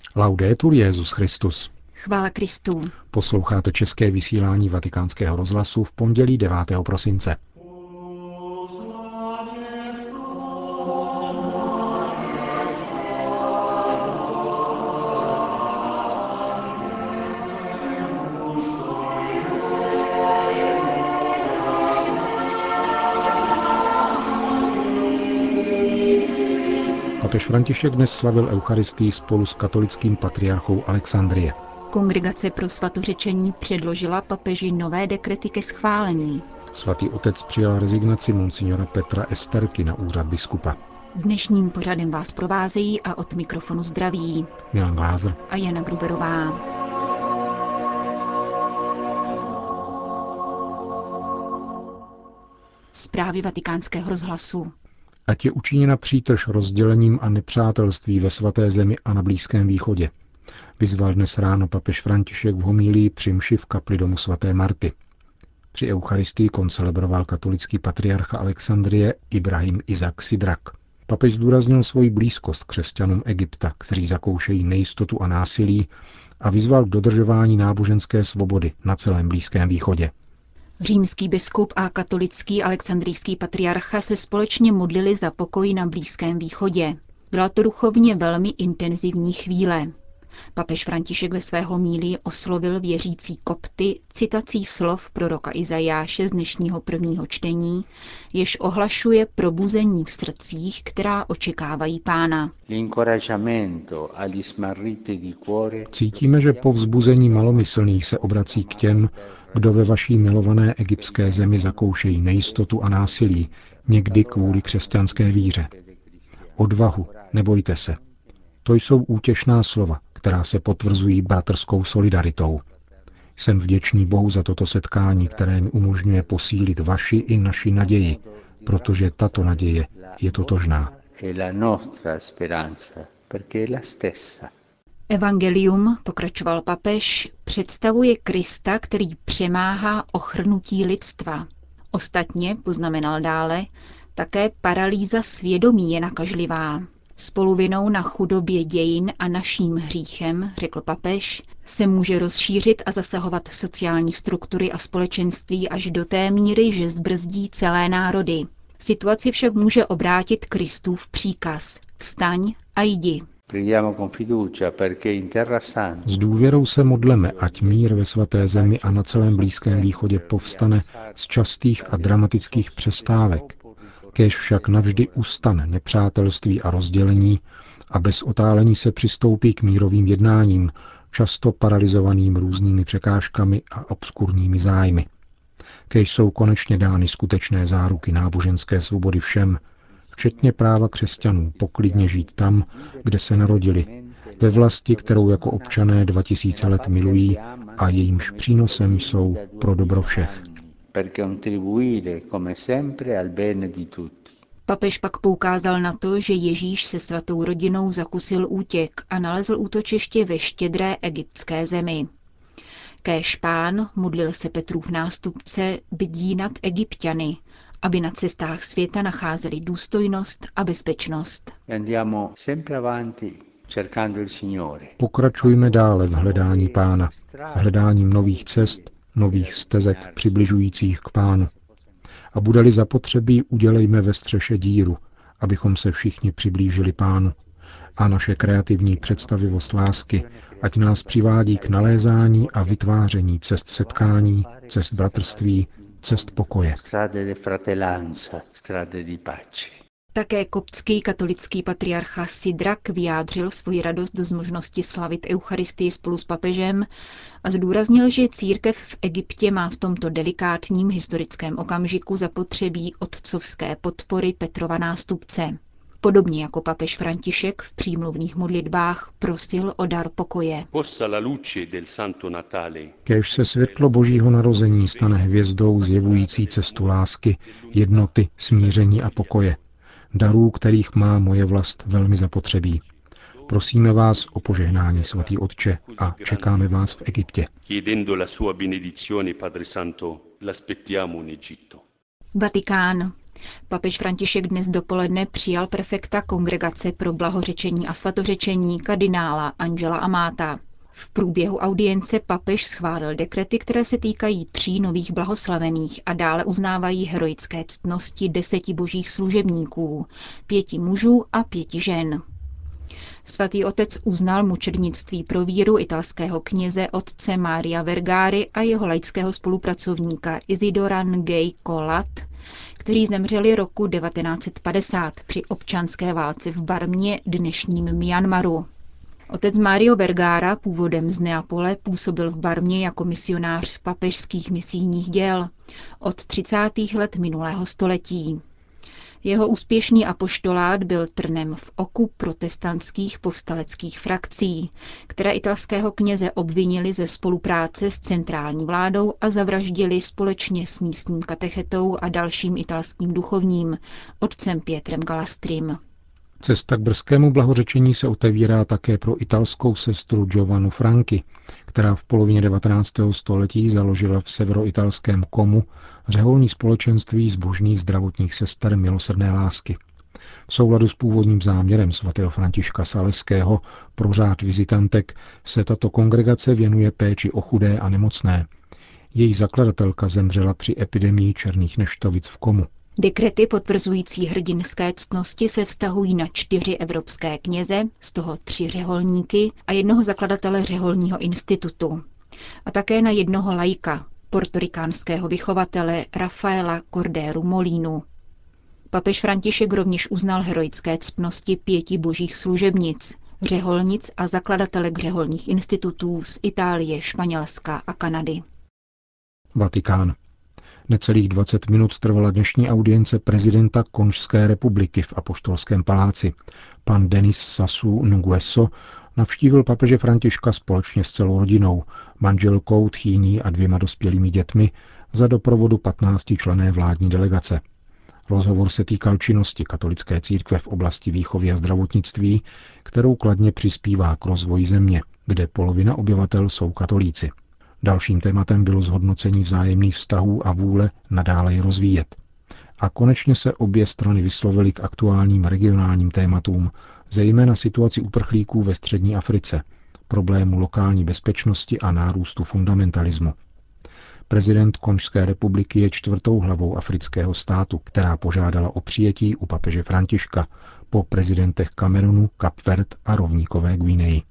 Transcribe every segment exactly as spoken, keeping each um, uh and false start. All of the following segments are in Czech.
Laudetur Jesus Christus. Chvála Kristu. Posloucháte české vysílání Vatikánského rozhlasu v pondělí devátého prosince. Papež František dnes slavil Eucharistii spolu s katolickým patriarchou Alexandrie. Kongregace pro svatořečení předložila papeži nové dekrety ke schválení. Svatý otec přijal rezignaci monsignora Petra Esterky na úřad biskupa. Dnešním pořadem vás provázejí a od mikrofonu zdraví Milan Glázer a Jana Gruberová. Zprávy Vatikánského rozhlasu. Ať je učiněna přítrž rozdělením a nepřátelství ve svaté zemi a na Blízkém východě, vyzval dnes ráno papež František v homílii při mši v kapli domu svaté Marty. Při Eucharistii koncelebroval katolický patriarcha Alexandrie Ibrahim Izak Sidrak. Papež zdůraznil svoji blízkost křesťanům Egypta, kteří zakoušejí nejistotu a násilí, a vyzval k dodržování náboženské svobody na celém Blízkém východě. Římský biskup a katolický alexandrijský patriarcha se společně modlili za pokoj na Blízkém východě. Byla to duchovně velmi intenzivní chvíle. Papež František ve své homílii oslovil věřící Kopty citací slov proroka Izajáše z dnešního prvního čtení, jež ohlašuje probuzení v srdcích, která očekávají Pána. Cítíme, že povzbuzení malomyslných se obrací k těm, kdo ve vaší milované egyptské zemi zakoušejí nejistotu a násilí, někdy kvůli křesťanské víře. Odvahu, nebojte se. To jsou útěšná slova, která se potvrzují bratrskou solidaritou. Jsem vděčný Bohu za toto setkání, které mi umožňuje posílit vaši i naši naději, protože tato naděje je totožná. Evangelium, pokračoval papež, představuje Krista, který přemáhá ochrnutí lidstva. Ostatně, poznamenal dále, také paralýza svědomí je nakažlivá. Spoluvinou na chudobě dějin a naším hříchem, řekl papež, se může rozšířit a zasahovat sociální struktury a společenství až do té míry, že zbrzdí celé národy. Situaci však může obrátit Kristův příkaz: vstaň a jdi. S důvěrou se modleme, ať mír ve svaté zemi a na celém Blízkém východě povstane z častých a dramatických přestávek, kéž však navždy ustane nepřátelství a rozdělení a bez otálení se přistoupí k mírovým jednáním, často paralyzovaným různými překážkami a obskurními zájmy. Kéž jsou konečně dány skutečné záruky náboženské svobody všem, včetně práva křesťanů poklidně žít tam, kde se narodili, ve vlasti, kterou jako občané dva tisíce let milují a jejímž přínosem jsou pro dobro všech. Papež pak poukázal na to, že Ježíš se svatou rodinou zakusil útěk a nalezl útočiště ve štědré egyptské zemi. Kéž Pán, modlil se Petrův nástupce, bdí nad Egypťany, aby na cestách světa nacházeli důstojnost a bezpečnost. Pokračujme dále v hledání Pána, hledáním nových cest, nových stezek přibližujících k Pánu. A bude-li zapotřebí, udělejme ve střeše díru, abychom se všichni přiblížili Pánu. A naše kreativní představivost lásky, ať nás přivádí k nalézání a vytváření cest setkání, cest bratrství, cest pokoje. Také koptský katolický patriarcha Sidrak vyjádřil svoji radost z možnosti slavit Eucharistii spolu s papežem a zdůraznil, že církev v Egyptě má v tomto delikátním historickém okamžiku zapotřebí otcovské podpory Petrova nástupce. Podobně jako papež František v přímluvných modlitbách prosil o dar pokoje. Kéž se světlo Božího narození stane hvězdou zjevující cestu lásky, jednoty, smíření a pokoje, darů, kterých má moje vlast velmi zapotřebí. Prosíme vás o požehnání, svatý Otče, a čekáme vás v Egyptě. Vatikán. Papež František dnes dopoledne přijal prefekta Kongregace pro blahořečení a svatořečení kardinála Angela Amáta. V průběhu audience papež schválil dekrety, které se týkají tří nových blahoslavených a dále uznávají heroické ctnosti deseti božích služebníků, pěti mužů a pěti žen. Svatý otec uznal mučednictví pro víru italského kněze otce Maria Vergary a jeho laického spolupracovníka Isidora Ngej Colat, kteří zemřeli roku devatenáct set padesát při občanské válce v Barmě, dnešním Myanmaru. Otec Mario Vergara, původem z Neapole, působil v Barmě jako misionář papežských misijních děl od třicátých let minulého století. Jeho úspěšný apoštolát byl trnem v oku protestantských povstaleckých frakcí, které italského kněze obvinili ze spolupráce s centrální vládou a zavraždili společně s místním katechetou a dalším italským duchovním, otcem Pietrem Galastrim. Cesta k brzkému blahořečení se otevírá také pro italskou sestru Giovannu Franchi, která v polovině devatenáctého století založila v severoitalském Komu řeholní společenství zbožných zdravotních sester milosrdné lásky. V souladu s původním záměrem svatého Františka Saleského pro řád vizitantek se tato kongregace věnuje péči o chudé a nemocné. Její zakladatelka zemřela při epidemii černých neštovic v Komu. Dekrety potvrzující hrdinské ctnosti se vztahují na čtyři evropské kněze, z toho tři řeholníky a jednoho zakladatele řeholního institutu. A také na jednoho laika, portorikánského vychovatele Rafaela Cordéru Molinu. Papež František rovněž uznal heroické ctnosti pěti božích služebnic, řeholnic a zakladatelek řeholních institutů z Itálie, Španělska a Kanady. Vatikán. Necelých dvacet minut trvala dnešní audience prezidenta Konžské republiky v Apoštolském paláci. Pan Denis Sassou Nguesso navštívil papeže Františka společně s celou rodinou, manželkou, tchýní a dvěma dospělými dětmi za doprovodu patnáctičlenné vládní delegace. Rozhovor se týkal činnosti katolické církve v oblasti výchovy a zdravotnictví, kterou kladně přispívá k rozvoji země, kde polovina obyvatel jsou katolíci. Dalším tématem bylo zhodnocení vzájemných vztahů a vůle nadále je rozvíjet. A konečně se obě strany vyslovily k aktuálním regionálním tématům, zejména situaci uprchlíků ve střední Africe, problému lokální bezpečnosti a nárůstu fundamentalismu. Prezident Konžské republiky je čtvrtou hlavou afrického státu, která požádala o přijetí u papeže Františka po prezidentech Kamerunu, Kapverd a rovníkové Guineji.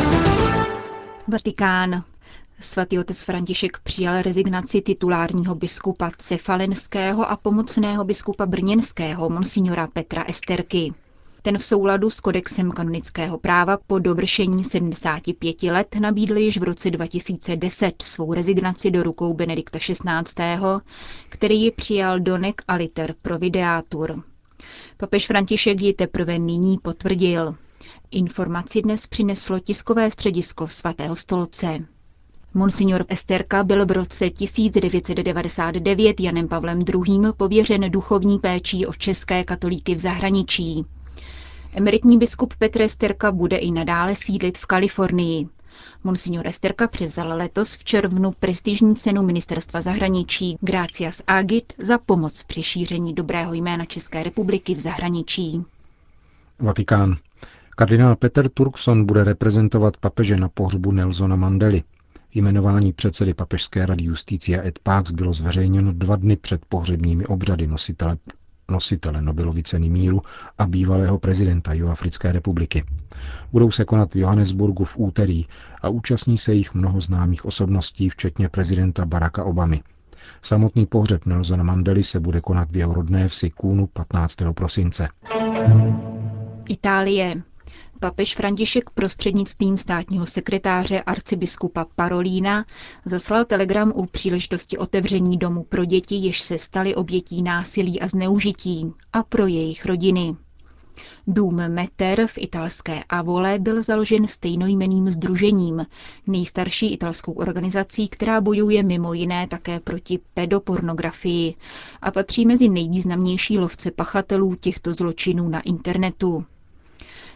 Vatikán. Svatý otec František přijal rezignaci titulárního biskupa cefalenského a pomocného biskupa brněnského monsignora Petra Esterky. Ten v souladu s kodexem kanonického práva po dovršení sedmdesáti pěti let nabídl již v roce dva tisíce deset svou rezignaci do rukou Benedikta šestnáctého., který ji přijal do nec aliter provideatur. Papež František ji teprve nyní potvrdil. Informaci dnes přineslo tiskové středisko Svatého stolce. Monsignor Esterka byl v roce tisíc devět set devadesát devět Janem Pavlem druhým. pověřen duchovní péčí o české katolíky v zahraničí. Emeritní biskup Petr Esterka bude i nadále sídlit v Kalifornii. Monsignor Esterka převzal letos v červnu prestižní cenu Ministerstva zahraničí Gratias Agit za pomoc při šíření dobrého jména České republiky v zahraničí. Vatikán. Kardinál Peter Turkson bude reprezentovat papeže na pohřbu Nelsona Mandely. Jmenování předsedy Papežské rady Justicia et Pax bylo zveřejněno dva dny před pohřebními obřady nositele, nositele Nobelovy ceny míru a bývalého prezidenta Jihoafrické republiky. Budou se konat v Johannesburgu v úterý a účastní se jich mnoho známých osobností, včetně prezidenta Baracka Obamy. Samotný pohřeb Nelsona Mandely se bude konat v jeho rodné vsi Kunu patnáctého prosince. Itálie. Papež František prostřednictvím státního sekretáře arcibiskupa Parolína zaslal telegram u příležitosti otevření domu pro děti, jež se staly obětí násilí a zneužití, a pro jejich rodiny. Dům Metter v italské Avole byl založen stejnojmenným sdružením, nejstarší italskou organizací, která bojuje mimo jiné také proti pedopornografii a patří mezi nejvýznamnější lovce pachatelů těchto zločinů na internetu.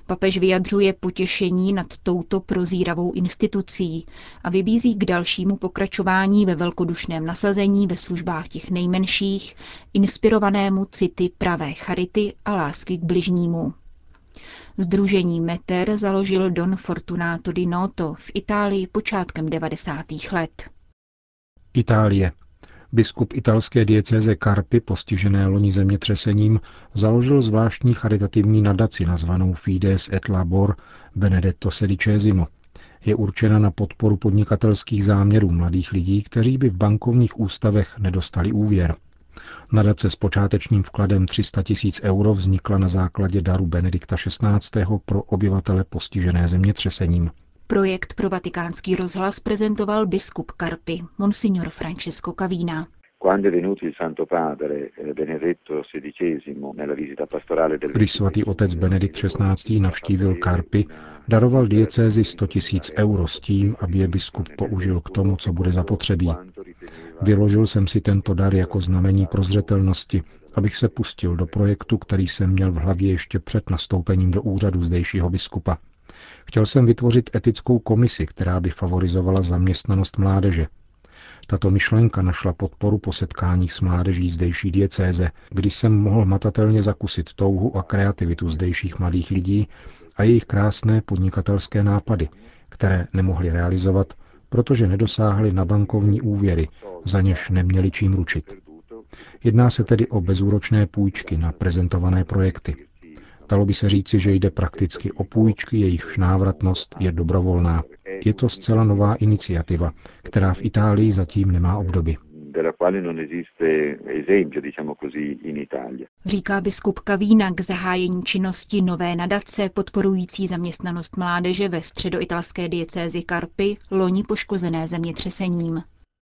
Papež vyjadřuje potěšení nad touto prozíravou institucí a vybízí k dalšímu pokračování ve velkodušném nasazení ve službách těch nejmenších, inspirovanému city pravé charity a lásky k bližnímu. Sdružení Meter založil Don Fortunato di Noto v Itálii počátkem devadesátých let. Itálie. Biskup italské diecéze Carpi, postižené loni zemětřesením, založil zvláštní charitativní nadaci nazvanou Fides et Labor Benedetto sedicesimo. Je určena na podporu podnikatelských záměrů mladých lidí, kteří by v bankovních ústavech nedostali úvěr. Nadace s počátečním vkladem tři sta tisíc euro vznikla na základě daru Benedikta šestnáctého pro obyvatele postižené zemětřesením. Projekt pro Vatikánský rozhlas prezentoval biskup Carpi, monsignor Francesco Cavina. Když svatý otec Benedikt šestnáctý navštívil Carpi, daroval diecézi sto tisíc euro s tím, aby je biskup použil k tomu, co bude zapotřebí. Vyložil jsem si tento dar jako znamení prozřetelnosti, abych se pustil do projektu, který jsem měl v hlavě ještě před nastoupením do úřadu zdejšího biskupa. Chtěl jsem vytvořit etickou komisi, která by favorizovala zaměstnanost mládeže. Tato myšlenka našla podporu po setkáních s mládeží zdejší diecéze, kdy jsem mohl matatelně zakusit touhu a kreativitu zdejších mladých lidí a jejich krásné podnikatelské nápady, které nemohli realizovat, protože nedosáhli na bankovní úvěry, za něž neměli čím ručit. Jedná se tedy o bezúročné půjčky na prezentované projekty. Dalo by se říci, že jde prakticky o půjčky, jejichž návratnost je dobrovolná. Je to zcela nová iniciativa, která v Itálii zatím nemá obdoby. Říká biskup Cavina k zahájení činnosti nové nadace podporující zaměstnanost mládeže ve středoitalské diecézi Carpi, loni poškozené zemětřesením.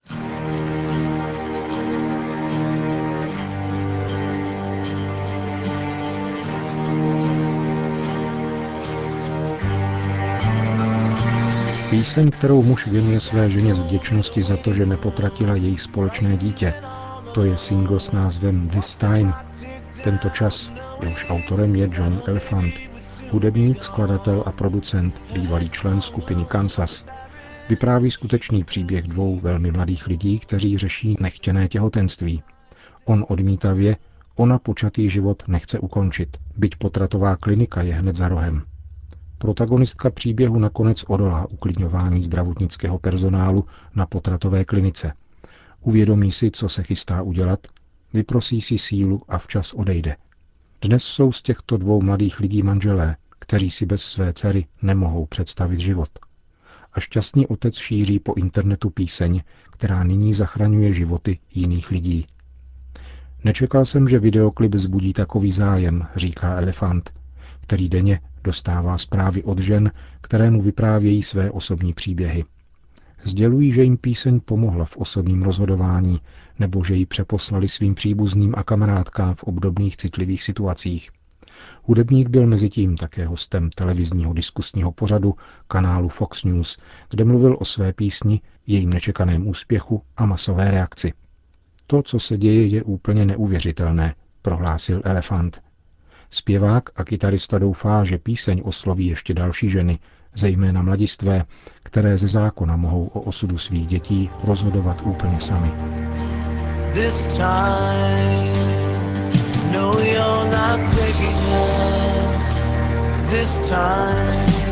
Píseň, kterou muž věnuje své ženě z vděčnosti za to, že nepotratila jejich společné dítě. To je single s názvem This Time. Tento čas, jehož autorem je John Elefant, hudebník, skladatel a producent, bývalý člen skupiny Kansas. Vypráví skutečný příběh dvou velmi mladých lidí, kteří řeší nechtěné těhotenství. On odmítavě, ona počatý život nechce ukončit, byť potratová klinika je hned za rohem. Protagonistka příběhu nakonec odolá uklidňování zdravotnického personálu na potratové klinice. Uvědomí si, co se chystá udělat, vyprosí si sílu a včas odejde. Dnes jsou z těchto dvou mladých lidí manželé, kteří si bez své dcery nemohou představit život. A šťastný otec šíří po internetu píseň, která nyní zachraňuje životy jiných lidí. Nečekal jsem, že videoklip vzbudí takový zájem, říká Elefant, který denně dostává zprávy od žen, které mu vyprávějí své osobní příběhy. Sdělují, že jim píseň pomohla v osobním rozhodování, nebo že ji přeposlali svým příbuzným a kamarádkám v obdobných citlivých situacích. Hudebník byl mezitím také hostem televizního diskusního pořadu kanálu Fox News, kde mluvil o své písni, jejím nečekaném úspěchu a masové reakci. To, co se děje, je úplně neuvěřitelné, prohlásil Elefant. Zpěvák a kytarista doufá, že píseň osloví ještě další ženy, zejména mladistvé, které ze zákona mohou o osudu svých dětí rozhodovat úplně sami. This time, no, you're not taking her. This time.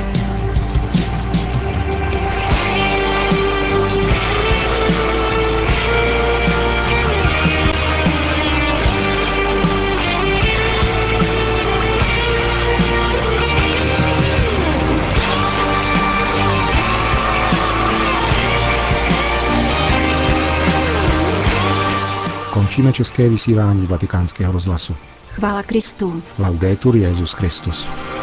Končíme české vysílání Vatikánského rozhlasu. Chvála Kristu. Laudetur Jesus Christus.